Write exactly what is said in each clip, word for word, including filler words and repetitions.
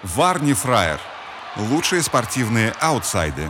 Вар не фраер. Лучшие спортивные аутсайды.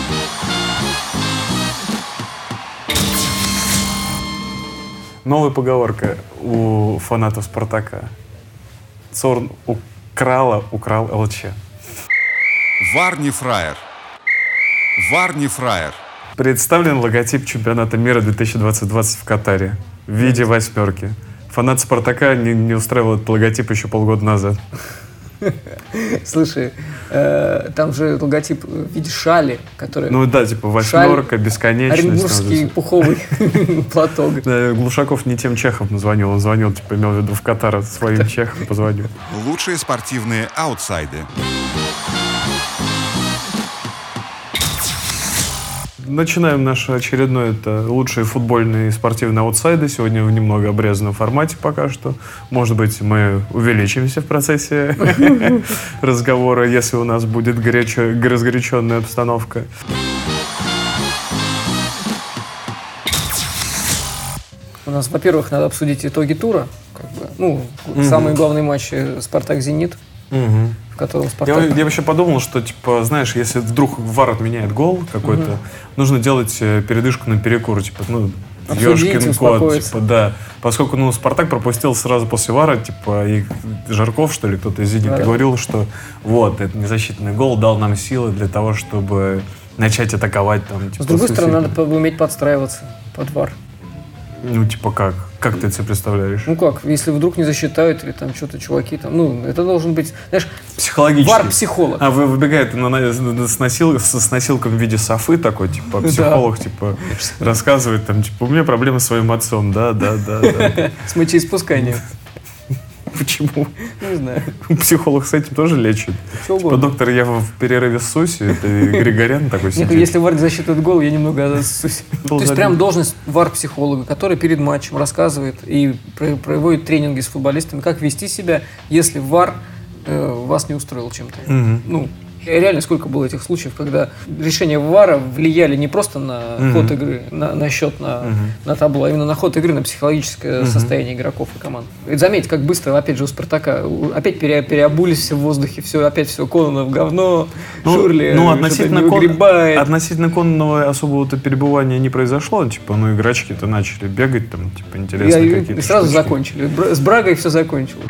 Новая поговорка у фанатов «Спартака». Цорн украла, украл ЛЧ. Вар не фраер. Вар не фраер. Представлен логотип чемпионата мира две тысячи двадцать в Катаре в виде восьмерки. Фанат «Спартака» не, не устраивал этот логотип еще полгода назад. Слушай, э, там же логотип в виде шали, который... Ну да, типа восьмерка, шаль, бесконечность. Оренбургский пуховый платок. Да, Глушаков не тем чехом звонил, он звонил, типа, имел в виду в Катар своим чехом позвонил. Лучшие спортивные аутсайды. Начинаем наш очередной, это лучшие футбольные и спортивные аутсайды. Сегодня в немного обрезанном формате пока что. Может быть, мы увеличимся в процессе разговора, если у нас будет разгоряченная обстановка. У нас, во-первых, надо обсудить итоги тура. Как бы, ну, угу. Самые главные матчи «Спартак-Зенит». Угу. В котором Спартак... я, я вообще подумал, что, типа, знаешь, если вдруг ВАР отменяет гол какой-то, угу. нужно делать передышку на перекур, типа, ну, ёшкин кот, типа, да. Поскольку, ну, Спартак пропустил сразу после ВАРа, типа, и Жарков, что ли, кто-то из «Зенита» да, говорил, что вот, это незащитный гол дал нам силы для того, чтобы начать атаковать там, типа. С другой стороны, надо уметь подстраиваться под ВАР. Ну, типа как? Как ты это себе представляешь? Ну как, если вдруг не засчитают или там что-то чуваки там, ну, это должен быть, знаешь, психологически. ВАР-психолог. А вы выбегает на, на, с, носил, с носилком в виде софы такой, типа, психолог, да. Типа, рассказывает там, типа, у меня проблемы с своим отцом, да, да, да, да. С мочеиспусканием. Почему? Не знаю. Психолог с этим тоже лечит. Типа, доктор, я в перерыве ссусь, это Григорян такой сидит. Нет, если ВАР засчитывает гол, я немного ссусь. То есть прям должность ВАР-психолога, который перед матчем рассказывает и проводит тренинги с футболистами, как вести себя, если ВАР э, вас не устроил чем-то. Угу. Ну, реально сколько было этих случаев, когда решения ВАРа влияли не просто на uh-huh. ход игры, на, на счет, на, uh-huh. на табло, а именно на ход игры, на психологическое uh-huh. состояние игроков и команд. И заметь, как быстро, опять же, у «Спартака» опять пере, переобулись все в воздухе, все, опять все, Кононов говно, ну, Шурли ну, относительно, кон... относительно Кононова особого-то перебывания не произошло, типа, ну, игрочки-то начали бегать, там, типа, интересно и, какие-то и сразу штучки. Закончили. С Брагой все закончилось.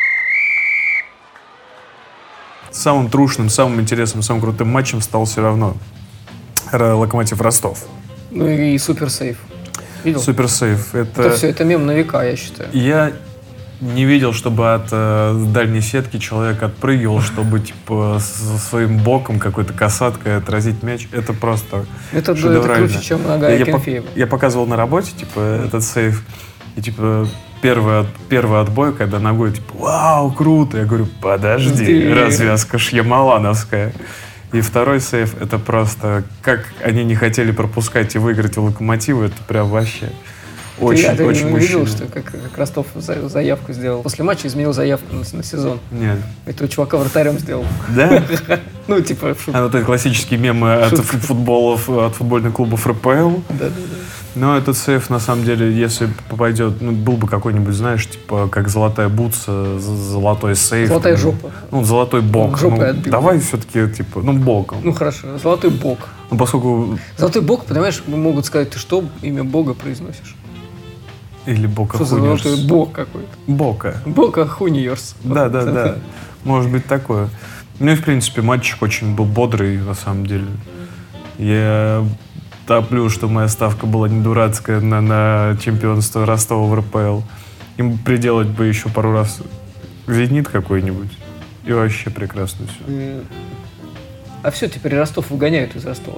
Самым трушным, самым интересным, самым крутым матчем стал все равно Локомотив Ростов. Ну и суперсейв. Видел? Суперсейв. Это... это все, это мем на века, я считаю. Я не видел, чтобы от э, дальней сетки человек отпрыгивал, чтобы типа со своим боком какой-то касаткой отразить мяч. Это просто это, это круче, чем нога я, Акинфеева. Я, я показывал на работе, типа, mm. этот сейв. И типа первый, первый отбой, когда ногой, типа, вау, круто. Я говорю, подожди, Ты... развязка шьямалановская. И второй сейв, это просто, как они не хотели пропускать и выиграть у «Локомотива», это прям вообще очень, ты, очень ты мужчина. видел, что как, как Ростов заявку сделал? После матча изменил заявку на, на сезон. Нет. Этого чувака вратарем сделал. Да? Ну, типа, а вот это классические мемы от футболов, от футбольных клубов РПЛ. Да, да, да. Но этот сейф, на самом деле, если попадет, ну, был бы какой-нибудь, знаешь, типа, как золотая бутса, золотой сейф. Золотая ну, жопа. Ну, золотой бок. Жопой ну, отбил. Давай все-таки, типа, ну, боком. Ну, хорошо, золотой бок. Ну, поскольку... Золотой бок, понимаешь, могут сказать, ты что, имя Бога произносишь? Или Бока Что Хуниорс. Что за золотой бок какой-то? Бока. Бока Хуниорс. Да, да, да. Может быть такое. Ну и, в принципе, матчик очень был бодрый, на самом деле. Я... топлю, что моя ставка была не дурацкая на, на чемпионство Ростова в РПЛ. Им приделать бы еще пару раз «Зенит» какой-нибудь. И вообще прекрасно все. А все, теперь Ростов выгоняют из Ростова?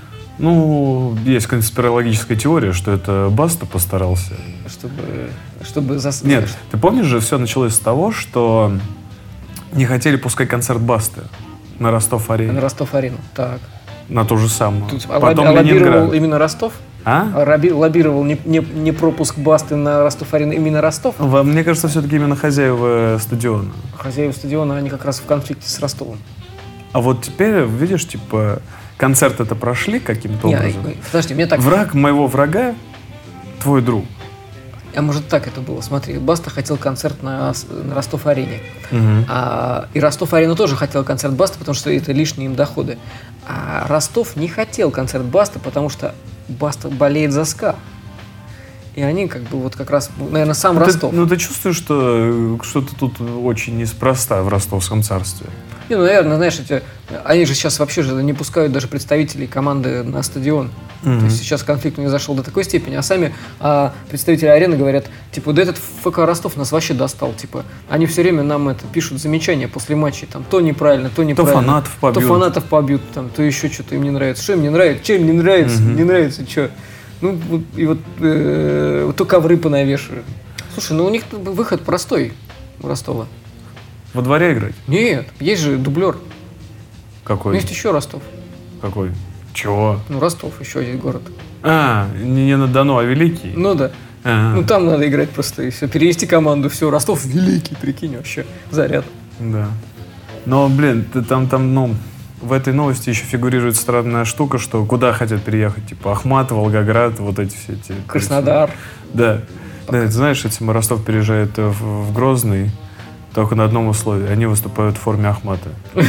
Ну, есть конспирологическая теория, что это Баста постарался. Чтобы... чтобы зас... Нет, ты помнишь же, все началось с того, что не хотели пускать концерт Басты на Ростов-арене. На Ростов-арену, так. На то же самое. Тут, Потом а Ленинград. Лоббировал именно Ростов? А? а лоббировал не, не, не пропуск Басты на Ростов-арену, именно Ростов? Мне кажется, все-таки именно хозяева стадиона. Хозяева стадиона, они как раз в конфликте с Ростовом. А вот теперь, видишь, типа, концерт это прошли каким-то не, образом. Подожди, мне так... Враг моего врага — твой друг. А может так это было? Смотри, Баста хотел концерт на, на Ростов-арене. Угу. А, и Ростов-арену тоже хотел концерт Баста, потому что это лишние им доходы. А Ростов не хотел концерт Баста, потому что Баста болеет за СКА. И они как бы вот как раз, наверное, сам ну, Ростов. Ты, ну ты чувствуешь, что что-то тут очень неспроста в Ростовском царстве? Не, ну, наверное, знаешь, эти, они же сейчас вообще же не пускают даже представителей команды на стадион. Mm-hmm. То есть сейчас конфликт не зашел до такой степени, а сами а, представители арены говорят, типа, да этот ФК Ростов нас вообще достал, типа, они все время нам это пишут замечания после матчей, там, то неправильно, то неправильно. То фанатов побьют. То фанатов побьют, там, то еще что-то им не нравится. Что им не нравится? Чем не нравится? Mm-hmm. Не нравится, что? Ну, вот, и вот, э, вот то ковры понавешивают. Слушай, ну у них выход простой у Ростова. Во дворе играть? Нет, есть же дублер. Какой? Есть еще Ростов. Какой? Чего? Ну, Ростов, еще один город. А, не, не на Дону, а Великий? Ну да. А-а-а. Ну там надо играть просто и все. Перевести команду, все, Ростов Великий, прикинь, вообще, заряд. Да. Но, блин, ты там, там, ну, в этой новости еще фигурирует странная штука, что куда хотят переехать, типа Ахмат, Волгоград, вот эти все эти... Краснодар. Да. Да, ты знаешь, этим Ростов переезжает в, в Грозный, только на одном условии. Они выступают в форме Ахмата.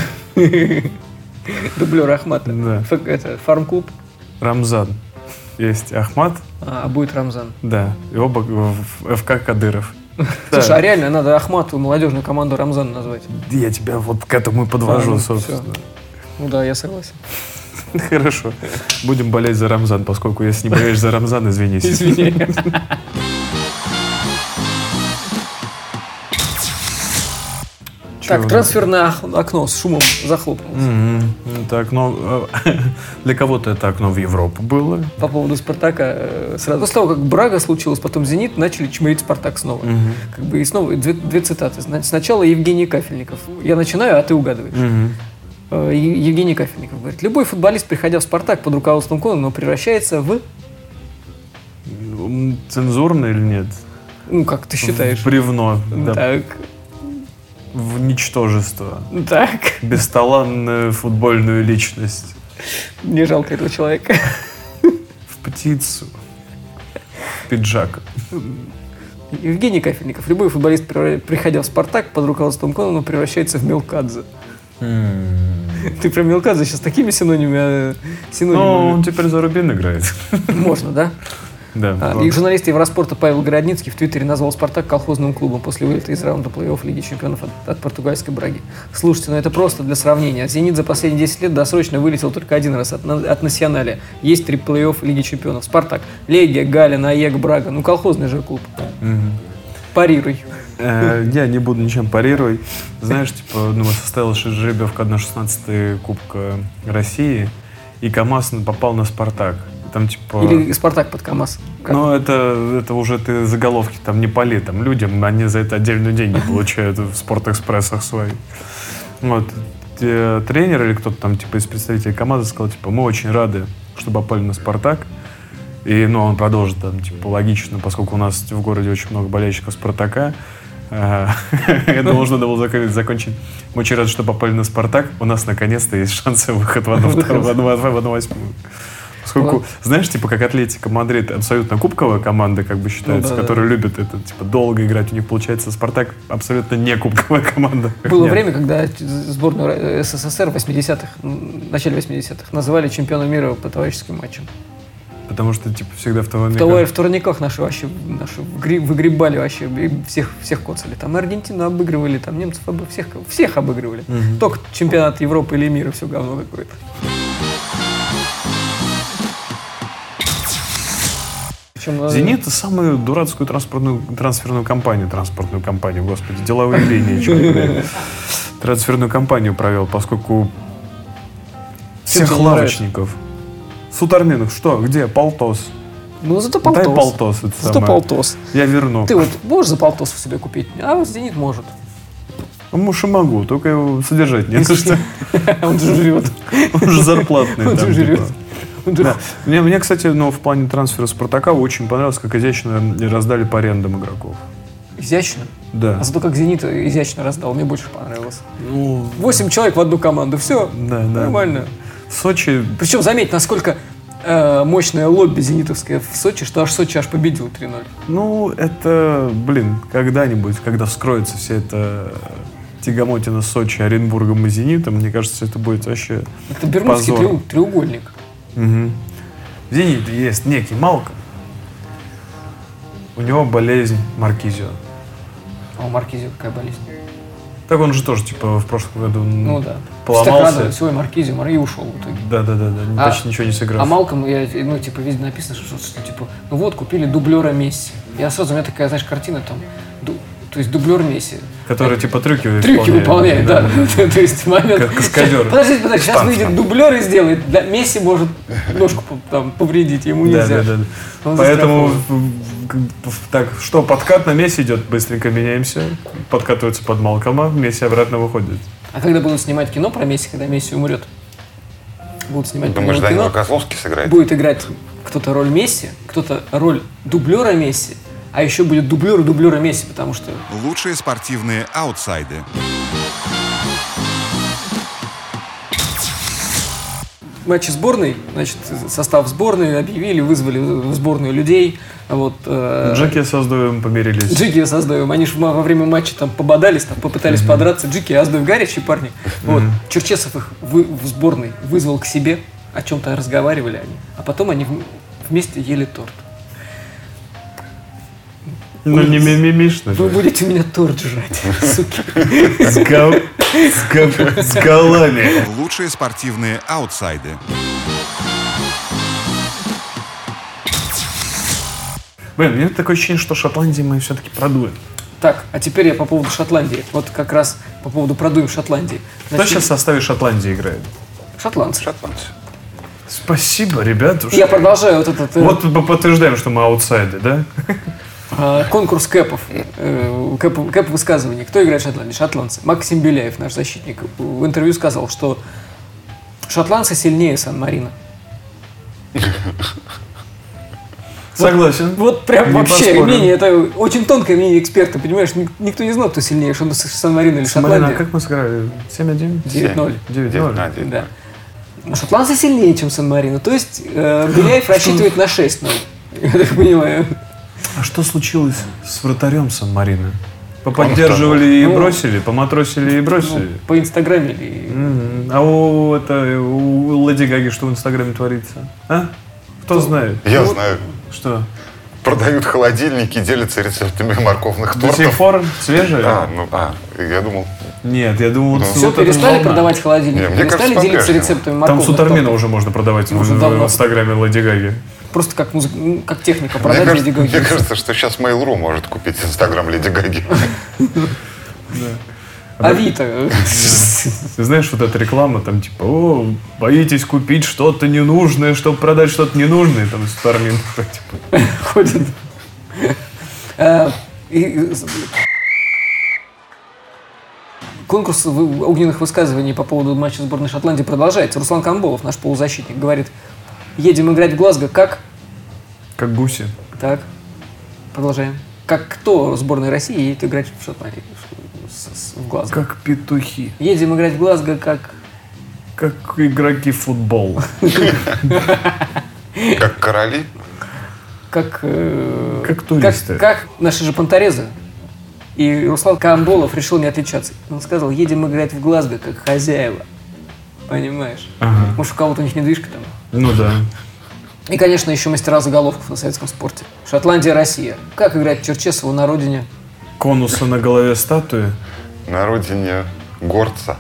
Дублер Ахмата. Да. Это фарм-клуб? Рамзан. Есть Ахмат. А, а будет Рамзан. Да. И оба в ФК Кадыров. Слушай, да. А реально надо Ахмату, молодежную команду, Рамзан назвать. Я тебя вот к этому и подвожу, а, собственно. Все. Ну да, я согласен. Хорошо. Будем болеть за Рамзан, поскольку если не болеешь за Рамзан, извинись. Извини. Так, трансферное окно с шумом захлопнулось. Mm-hmm. Это окно... Для кого-то это окно в Европу было. По поводу «Спартака» сразу. После того, как Брага случилось, потом «Зенит», начали чмырить «Спартак» снова. Mm-hmm. Как бы и снова две, две цитаты. Сначала Евгений Кафельников. Я начинаю, а ты угадываешь. Mm-hmm. Евгений Кафельников говорит: любой футболист, приходя в «Спартак» под руководством Кононова, превращается в... Цензурно или нет? Ну, как ты считаешь? В бревно. Да. Так... В ничтожество. Так. Бесталанную футбольную личность. Мне жалко этого человека. В птицу. В пиджак. Евгений Кафельников. Любой футболист, приходя в «Спартак» под руководством Кононова, превращается в Мелкадзе. Mm. Ты про Мелкадзе сейчас такими синонимами... синонимами... Ну, он теперь за Рубин играет. Можно, да? Да. А, вот. И журналист Евроспорта Павел Городницкий в Твиттере назвал «Спартак» колхозным клубом после вылета из раунда плей-офф Лиги чемпионов от, от португальской Браги. Слушайте, ну это просто для сравнения. «Зенит» за последние десять лет досрочно вылетел только один раз от, от Националя. Есть три плей-офф Лиги чемпионов. «Спартак», Легия, Галин, АЕК, Брага. Ну колхозный же клуб. Mm-hmm. Парируй. Я не буду ничем парировать. Знаешь, типа, ну, состоялась жеребьевка одна шестнадцатая Кубка России, и КамАЗ попал на «Спартак». Там, типа... Или «Спартак» под КамАЗ. Ну, это, это уже ты заголовки там не пали там людям, они за это отдельные деньги получают в «Спортэкспрессах» своих. Вот. Тренер или кто-то там, типа, из представителей КамАЗа сказал, типа, мы очень рады, что попали на «Спартак». И, ну, он продолжит там, типа, логично, поскольку у нас в городе очень много болельщиков «Спартака». Я думал, что надо было закончить. Мы очень рады, что попали на «Спартак». У нас наконец-то есть шансы выход в одну восьмую. Поскольку, знаешь, типа, как Атлетико Мадрид абсолютно кубковая команда, как бы считается, ну, да, которая да. любит это, типа, долго играть. У них получается «Спартак» абсолютно не кубковая команда. Было время, когда сборную СССР в восьмидесятых, в начале восьмидесятых называли чемпионом мира по товарищеским матчам. Потому что, типа, всегда в турниках... В турниках наши вообще наши выгребали вообще, всех, всех коцали. Там Аргентину обыгрывали, там немцев обыгрывали, всех, всех обыгрывали. Угу. Только чемпионат Европы или мира, все говно какое-то. «Зенит» — самую дурацкую транспортную, трансферную компанию, транспортную компанию, господи, деловые линии, что-то, трансферную компанию провел, поскольку всех лавочников. Сутарминов, что, где, полтос? Ну, зато полтос. Дай полтос. Это зато самое. полтос. Я верну. Ты вот можешь за полтос себе купить, а «Зенит» может. Может, и могу, только его содержать не за что. Он же жрет. Он же зарплатный. Он же жрет. Да. Мне, мне, кстати, ну, в плане трансфера «Спартака» очень понравилось, как изящно раздали по арендам игроков. Изящно? Да. А зато как «Зенит» изящно раздал, мне больше понравилось. Ну, Восемь человек в одну команду, все, да, нормально. Да. В Сочи... Причем, заметь, насколько э, мощное лобби зенитовское в Сочи, что аж Сочи аж победил три ноль. Ну, это, блин, когда-нибудь, когда вскроется вся эта тягомотина Сочи, Оренбургом и Зенитом, мне кажется, это будет вообще Это Бермудский позор. треугольник. Угу. В Зените есть некий Малком. У него болезнь Маркизио. А у Маркизио какая болезнь? Так он же тоже, типа, в прошлом году ну, да. поломался. Свой Маркизио, Маркизио ушел в итоге. Да-да-да, а, почти ничего не сыграл. А Малком, я, ну, типа, везде написано, что, что, типа, ну вот, купили дублера Месси. Я сразу, у меня такая, знаешь, картина там, ду, то есть дублер Месси. Который, типа, трюки выполняет. Трюки выполняет, да. да. То есть момент... Как каскадер. Подождите, подождите, сейчас выйдет дублер и сделает. Да, Месси может ножку там повредить, ему нельзя. Да, да, да. Поэтому, так, что, подкат на Месси идет, быстренько меняемся. Подкатывается под Малкома, Месси обратно выходит. А когда будут снимать кино про Месси, когда Месси умрет? Будут снимать Думаешь, кино. Данила Козловский сыграет? Будет играть кто-то роль Месси, кто-то роль дублера Месси, а еще будет дублер и дублера Месси, потому что... Лучшие спортивные аутсайды. Матчи сборной, значит, состав сборной объявили, вызвали в сборную людей. Вот, э, Джеки с Аздоевым помирились. Джеки с Аздоевым. Они же во время матча там пободались, там попытались mm-hmm. подраться. Джеки и Аздоев горячие парни. Mm-hmm. Вот. Черчесов их вы, в сборной вызвал к себе, о чем-то разговаривали они. А потом они вместе ели торт. Ну, не мимимишно. Вы будете у меня торт жрать, суки. С голами. Лучшие спортивные аутсайды. Блин, у меня такое ощущение, что Шотландии мы все-таки продуем. Так, а теперь я по поводу Шотландии. Вот как раз по поводу продуем Шотландии. Кто сейчас в составе Шотландии играет? Шотландцы. Шотландцы. Спасибо, ребята. Я продолжаю вот этот... Вот мы подтверждаем, что мы аутсайды, да? Конкурс кэпов, кэп, кэп высказываний. Кто играет в Шотландии? Шотландцы. Максим Беляев, наш защитник, в интервью сказал, что шотландцы сильнее Сан-Марино. Согласен. Вот, вот прям не вообще поспорим. мнение, это очень тонкое мнение эксперта, понимаешь? Никто не знал, кто сильнее, что Сан-Марино или Шотландия. А как мы сыграли? семь один? девять ноль. девять ноль. Да. Но шотландцы сильнее, чем Сан-Марино. То есть э, Беляев рассчитывает на шесть ноль. Я так понимаю. А что случилось с вратарем Сан-Марино? Поподдерживали и ну, бросили, поматросили и бросили. Ну, по инстаграмили. Mm-hmm. А у, это, у Леди Гаги что в инстаграме творится? А? Кто Что? знает? Я ну, знаю. Что? Продают холодильники, делятся рецептами морковных тортов. До сих пор свежие? А, ну, а, я думал... Нет, я думал... Ну. Вот Все, вот перестали волна. продавать холодильники, Не, мне перестали кажется, делиться по-прежнему. рецептами Там морковных сутармина тортов. уже можно продавать в, Уже в давно. инстаграме Леди Гаги. Просто как, музыка, ну, как техника Мне продать кажется, Леди Гаги. мне кажется, что сейчас Mail.ru может купить инстаграм Леди Гаги. Авито. Ты знаешь, вот эта реклама, там типа, о, боитесь купить что-то ненужное, чтобы продать что-то ненужное, там сутармин типа. Ходит. А, и- Конкурс вы- огненных высказываний по поводу матча сборной Шотландии продолжается. Руслан Камболов, наш полузащитник, говорит: едем играть в Глазго как... Как гуси. Так, продолжаем. Как кто сборной России едет играть в Шотландии, в- с- в Глазго? Как петухи. Едем играть в Глазго как... Как игроки в футбол. Как короли. Как, э, Как туристы. Как, как наши же понторезы. И Руслан Камболов решил не отличаться. Он сказал: едем играть в Глазго как хозяева. Понимаешь? Ага. Может, у кого-то у них недвижка там. Ну да. И, конечно, еще мастера заголовков на советском спорте. Шотландия, Россия. Как играть Черчесову на родине? Конусы на голове статуи. На родине горца.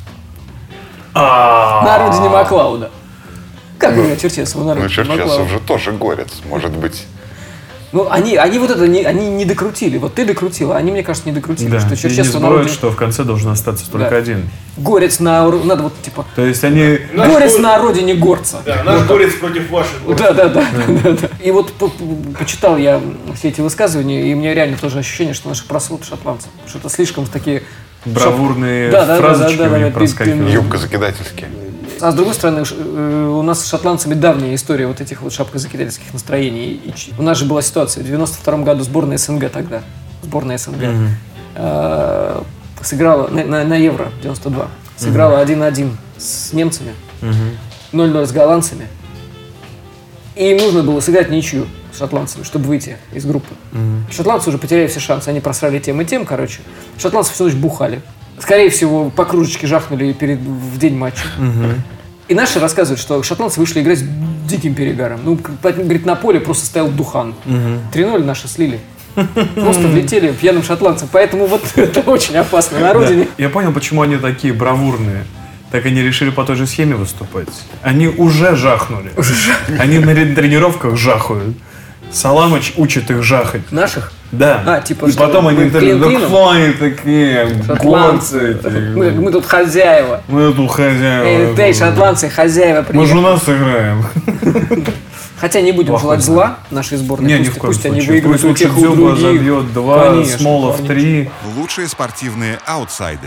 На родине Маклауда. Как играть Черчесову на Ну, родине Черчесов Маклауда? же тоже горец, может быть. Ну, они, они вот это не, они не докрутили. Вот ты докрутила, а они, мне кажется, не докрутили. Да. Что И не Черчесова на забывают, родине... что в конце должен остаться только Да. один. Горец на... ро- Надо вот, типа... То есть они... Наш Горец горец- на родине горца. Да, наш горец против ваших. Да, да, да, да, да. И вот по- по- почитал я все эти высказывания, и у меня реально тоже ощущение, что наши просрут шотландцы. Что это слишком такие... Бравурные Да, да, да, фразочки да, да, у них да, проскакивают. Юбка закидательские. А с другой стороны, ш- э, у нас с шотландцами давняя история вот этих вот шапкозакидательских настроений. И ч- у нас же была ситуация в девяносто втором году сборная СНГ тогда, сборная СНГ, э, сыграла на, на- на Евро девяносто два, сыграла один один с немцами, ноль ноль с голландцами. И им нужно было сыграть ничью с шотландцами, чтобы выйти из группы. Mm-hmm. Шотландцы уже потеряли все шансы. Они просрали тем и тем, короче. Шотландцы всю ночь бухали. Скорее всего, по кружечке жахнули перед, в день матча. Mm-hmm. И наши рассказывают, что шотландцы вышли играть с диким перегаром. Ну, говорит, на поле просто стоял духан. Mm-hmm. три ноль наши слили. Просто влетели пьяным шотландцам. Поэтому вот это очень опасно на родине. Да. Я понял, почему они такие бравурные. Так они решили по той же схеме выступать. Они уже жахнули. Уже жахнули. Они на тренировках жахают. Саламыч учит их жахать. Наших? Да. А, типа, и потом они такие, да кто они такие, голцы. Мы, мы тут хозяева. Мы тут хозяева. Эй, шотландцы, хозяева приехали. Мы же у нас играем. Хотя не будем желать зла нашей сборной. Не, пусть, ни в коем пусть случае. они выиграют пусть у тех, у Дзюба других. забьет два, Конечно, Смолов конечно. три. Лучшие спортивные аутсайды.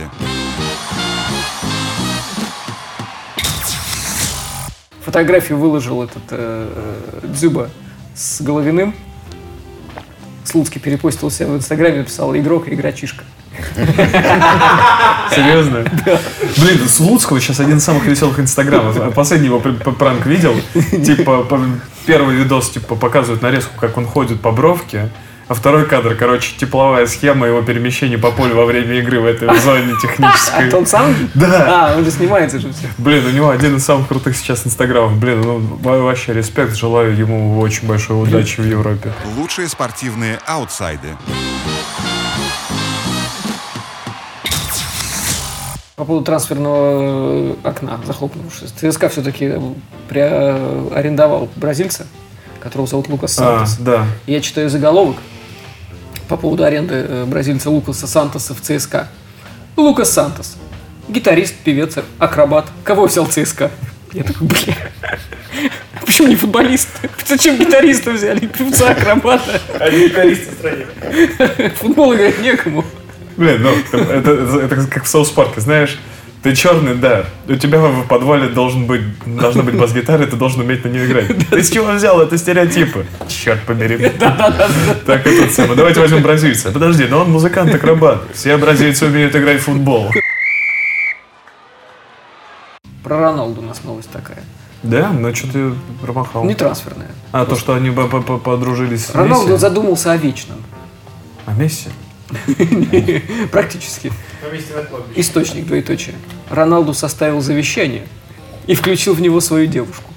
Фотографию выложил этот э, Дзюба с Головиным. Слуцкий перепостил себя в Инстаграме, написал «Игрок и игрочишка». Серьезно? Да. Блин, Слуцкого сейчас один из самых веселых инстаграмов. Последний его пранк видел. Типа, первый видос типа показывает нарезку, как он ходит по бровке. А второй кадр, короче, тепловая схема его перемещения по полю во время игры в этой зоне технической. А он сам? Да. А, он же снимается же все. Блин, у него один из самых крутых сейчас инстаграмов. Блин, ну вообще респект, желаю ему очень большой удачи в Европе. Лучшие спортивные аутсайды. По поводу трансферного окна, захлопнувшись, ЦСКА все-таки арендовал бразильца, которого зовут Лукас Сантос. А, да. Я читаю заголовок по поводу аренды бразильца Лукаса Сантоса в ЦСКА. Лукас Сантос. Гитарист, певец, акробат. Кого взял ЦСКА? Я такой, бля, почему не футболист? Зачем гитариста взяли? Певца, акробата. А не гитариста в стране. Футбол играть некому. Блин, ну, это, это, это как в Саус Парке, знаешь, ты черный, да, у тебя в подвале должен быть, должна быть бас-гитара, и ты должен уметь на нее играть. Ты с чего взял? Это стереотипы. Черт побери. Так, это самое. Давайте возьмем бразильца. Подожди, но он музыкант-акробат. Все бразильцы умеют играть в футбол. Про Роналду у нас новость такая. Да? Ну, что ты промахал? Не трансферная. А, то, что они подружились с Месси? Роналду задумался о вечном. О Месси? Практически. Источник, двоеточие. Роналду составил завещание и включил в него свою девушку.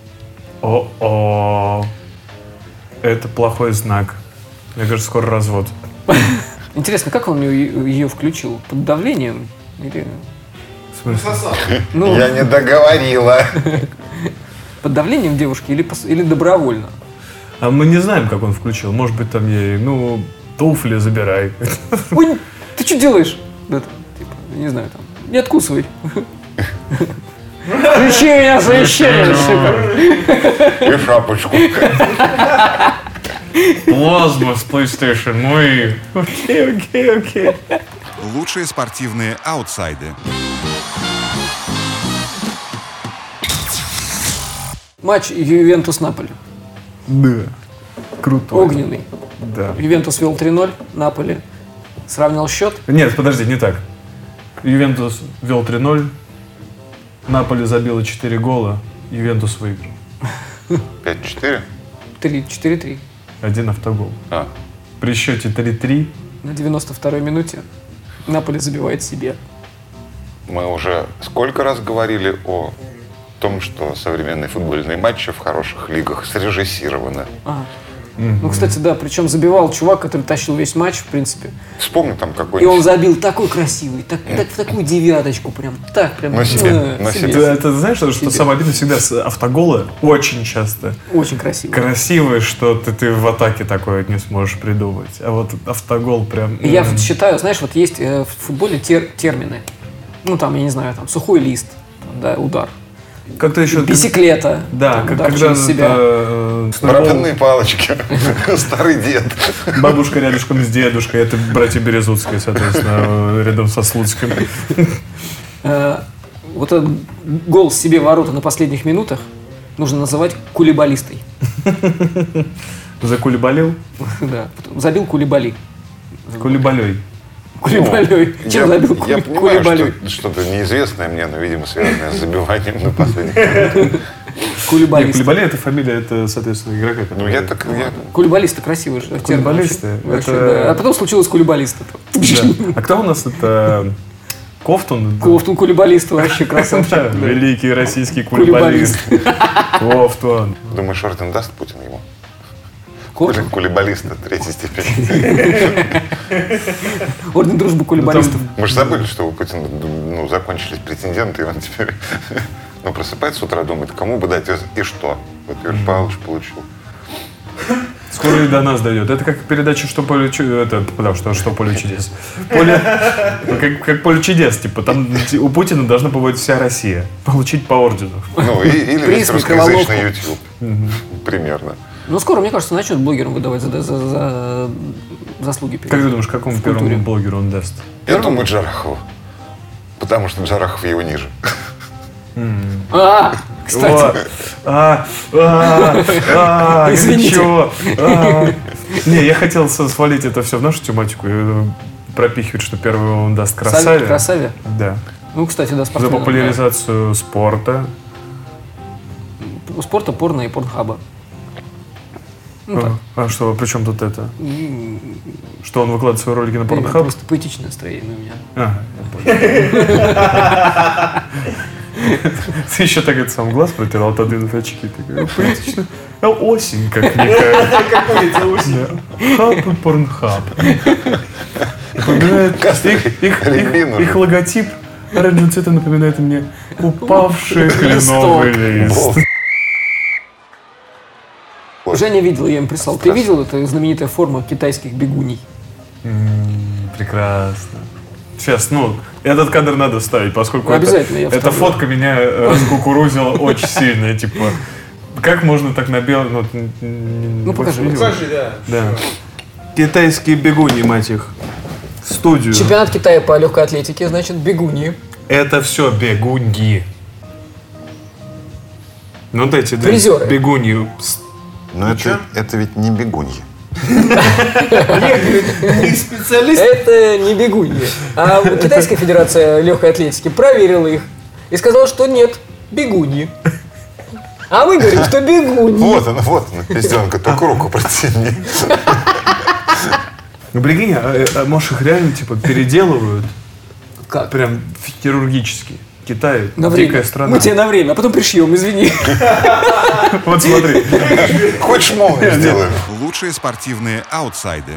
О-о. Это плохой знак. Мне кажется, скоро развод. Интересно, как он ее, ее включил? Под давлением? Или... В смысле? Ну, Я не договорила. Под давлением девушки или, пос... или добровольно? А мы не знаем, как он включил. Может быть, там ей, ну, туфли забирай. Ой, ты что делаешь? Да, типа, не знаю, там, не откусывай. Включи меня завещание. И шапочку. Плазма с PlayStation, мы... Окей, окей, окей. Лучшие спортивные аутсайды. Матч Ювентус-Наполи. Да. Крутой. Огненный. Да. Ювентус вел три ноль, Наполи сравнял счет. Нет, подожди, не так. Ювентус вел три ноль, Наполи забило четыре гола, Ювентус выиграл. пять-четыре? четыре-три. Один автогол. А. При счете три-три. На девяносто второй минуте Наполи забивает себе. Мы уже сколько раз говорили о том, что современные футбольные матчи в хороших лигах срежиссированы. А. Mm-hmm. Ну, кстати, да, причем забивал чувак, который тащил весь матч, в принципе. Вспомни там какой-нибудь. И он забил такой красивый, так, так, в такую девяточку, прям так, прям. На себе, э, на себе. Ты, это знаешь, что, что самое обидное всегда с автоголы очень часто. Очень красиво. Красивый, что ты, ты в атаке такое не сможешь придумать. А вот автогол прям... И я вот считаю, знаешь, вот есть э, в футболе тер, термины. Ну, там, я не знаю, там, сухой лист, там, да, удар. Как-то еще... Бисиклета. Да, там, как, удар когда... через себя. Это, э, Барабанные палочки. Старый дед. Бабушка рядышком с дедушкой. Это братья Березутские, соответственно, рядом со Слуцким. Вот этот гол себе в ворота на последних минутах нужно называть кулибалистой. Закулебалил? Да. Забил Кулибали. Кулебалей. Кулибалей. Чем забил Я Кулибалей? понимаю, что что-то неизвестное мне, но, видимо, связанное с забиванием на последних минутах. Кулибалист. Кулибали — это фамилия, это, соответственно, игрока. Ну, я так... Я... Кулибалисты, красивый же. Кулибалисты? Вообще, это... да. А потом случилось кулибалисты. Да. А кто у нас это... Ковтун? Ковтун Кулибалист вообще красавчик. Великий российский кулибалист. Ковтун. Думаешь, орден даст Путин ему? Ковтун? Кулибалиста третьей степени. Орден дружбы кулибалистов. Мы же забыли, что у Путина ну, закончились претенденты, и он теперь ну, просыпается с утра, думает, кому бы дать и что. Вот Юрий Павлович получил. Скоро и до нас дойдет. Это как передача «Что поле чудес». Это, потому что «Что поле чудес». Поле... Как, как поле чудес. Типа, там у Путина должна побывать вся Россия. Получить по ордену. Ну, и, или весь русскоязычный YouTube. Угу. Примерно. Ну, скоро, мне кажется, начнут блогерам выдавать за, за, за заслуги. Как ты думаешь, какому первому блогеру он даст? Я Первым? думаю, Джарахову. Потому что Джарахов его ниже. Mm. А, кстати. А, а, а, извините. Не, я хотел свалить это все в нашу тематику и пропихивать, что первый он даст Красаве. Красаве? Да. Ну, кстати, да, спортсменам. За популяризацию да. спорта. Спорта, порно и порнхаба. Ну, а, а что, при чем тут это? Что он выкладывает свои ролики на порнхаб? Просто поэтичное настроение у меня. А, я понял. Ты еще так это сам глаз протирал, отодвинув очки. Поэтично. Осень как-никак. Какой это осень? Хаб и порнхаб. Напоминает их логотип оранжевого цвета напоминает мне упавший кленовый лист. Женя видел, я им прислал. Ты видел эту знаменитая форма китайских бегуней? Mm, прекрасно. Сейчас, ну, этот кадр надо вставить, поскольку ну, обязательно, это, эта фотка меня раскукурузила очень сильно. Типа, как можно так на белом... Ну, ну покажи. Покажи, да. Да. Китайские бегуни, мать их. В студию. Чемпионат Китая по легкой атлетике, значит, бегуни. Это все бегуньи. Ну, вот эти, да, призеры. Бегуньи. Но это, это ведь не бегуньи. Не специалист. Это не бегуньи. А Китайская федерация легкой атлетики проверила их и сказала, что нет, бегуньи. А мы говорим, что бегуньи. Вот она, вот она, пизденка, только руку протяни. Ну, прикинь, а, а может их реально типа переделывают? Как? Прям хирургически. Китай, на дикая время. страна. Мы тебе на время, а потом пришьем, извини. Вот смотри. Хочешь молнию сделаем? Лучшие спортивные аутсайды.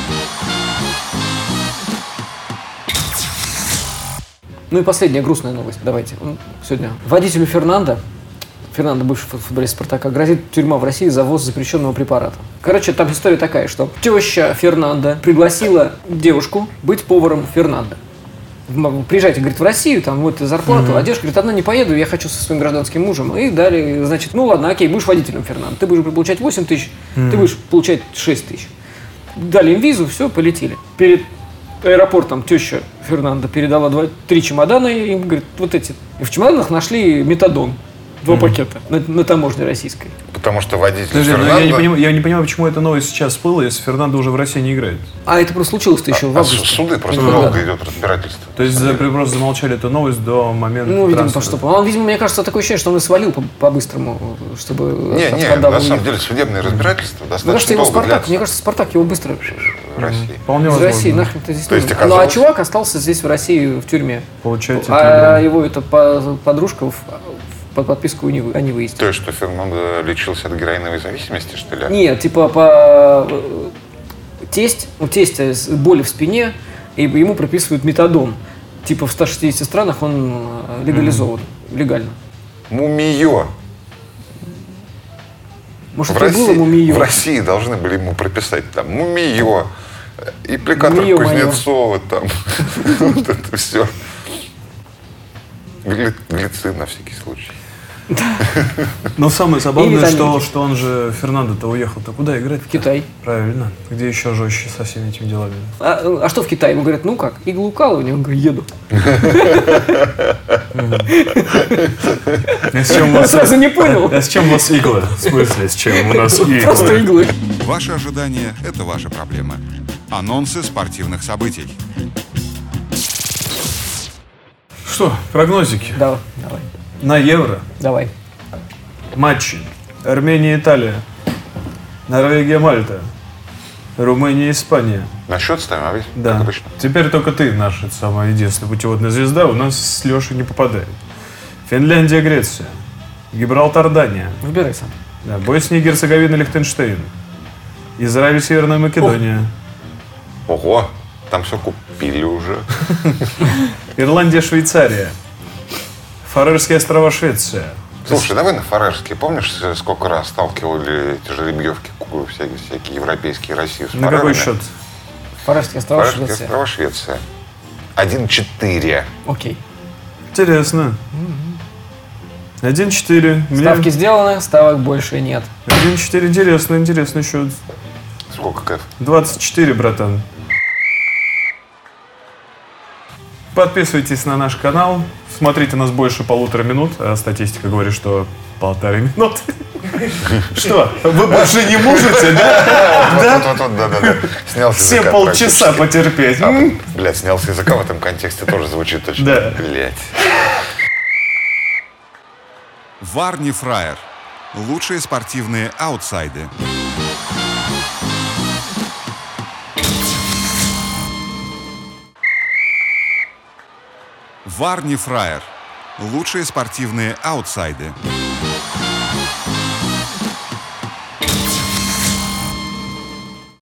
Ну и последняя грустная новость. Давайте. Сегодня водителю Фернандо, Фернандо, бывший футболист «Спартака», грозит тюрьма в России за ввоз запрещенного препарата. Короче, там история такая, что теща Фернандо пригласила девушку быть поваром Фернандо. Приезжайте, говорит, в Россию, там, вот зарплату, mm-hmm. а девушка говорит, одна не поеду, я хочу со своим гражданским мужем. И дали, значит, ну ладно, окей, будешь водителем, Фернандо, ты будешь получать восемь тысяч, mm-hmm. ты будешь получать шесть тысяч. Дали им визу, все, полетели. Перед аэропортом теща Фернандо передала два, три чемодана, и им говорит, вот эти. И в чемоданах нашли метадон, два mm-hmm. пакета на, на таможне российской. Потому что водитель Подожди, Фернандо... я, не понимаю, я не понимаю, почему эта новость сейчас всплыла, если Фернандо уже в России не играет. А это просто случилось-то еще а, в августе. А суды просто ну, долго да. идет разбирательство. То есть за, просто замолчали эту новость до момента Ну, видимо, трансфера. что он, видимо, мне кажется, такое ощущение, что он и свалил по-быстрому, чтобы... Не, не, на самом деле судебное разбирательство достаточно Мне кажется, его долго Спартак, длятся. Мне кажется, Спартак его быстро... В России. Вполне Из возможно. России, нахрен-то здесь То есть, нужно. Ну, а чувак остался здесь, в России, в тюрьме. Получается, а его эта подружка в, под подписку не, они выяснили. То есть, что Фернандо лечился от героиновой зависимости, что ли? Нет, типа по... Тесть, у тестя боли в спине, и ему прописывают метадон. Типа в ста шестидесяти странах он легализован, mm-hmm. легально. Мумиё. Может, в, это России, было мумиё? в России должны были ему прописать там мумиё, аппликатор Мумиё Кузнецова, там, вот это все. Глицин на всякий случай. Но самое забавное, что, что он же, Фернандо-то уехал-то куда играть? В Китай. Правильно. Где еще жестче со всеми этими делами? А, а что в Китае? Ему говорят, ну как, иглу укалывания? Он говорит, еду. Сразу не понял. А с чем у вас иглы? В смысле, с чем у нас иглы? Просто иглы. Ваши ожидания – это ваша проблема. Анонсы спортивных событий. Что, прогнозики? Давай, давай. На Евро? Давай. Матчи. Армения, Италия. Норвегия, Мальта. Румыния, Испания. На счет ставим, а ведь? Да. Как обычно. Теперь только ты, наша самая единственная путеводная звезда, у нас с Лешей не попадает. Финляндия, Греция. Гибралтар, Дания. Выбирай сам. Да, Босния, Герцеговина, Лихтенштейн. Израиль, Северная Македония. Ого, там все купили уже. Ирландия, Швейцария. Фарерские острова, Швеция. Слушай, давай на Фарерские. Помнишь, сколько раз сталкивали эти жеребьевки всякие, всякие европейские России с На какой счет? Фарерские острова, Фарерские Швеция. острова, Швеция. один-четыре. Окей. Интересно. один-четыре. Ставки сделаны, ставок больше нет. один-четыре. Интересно, интересный счет. Сколько, Кэф? двадцать четыре, братан. Подписывайтесь на наш канал. Смотрите нас больше полутора минут. А статистика говорит, что полторы минуты. Что? Вы больше не можете, да? Вот-вот-вот, да-да-да. Снялся Все языка полчаса практически. потерпеть. А, блядь, снялся языка в этом контексте тоже звучит очень. Да. Блядь. ВАР не фраер. Лучшие спортивные аутсайды. ВАР не фраер. Лучшие спортивные аутсайды.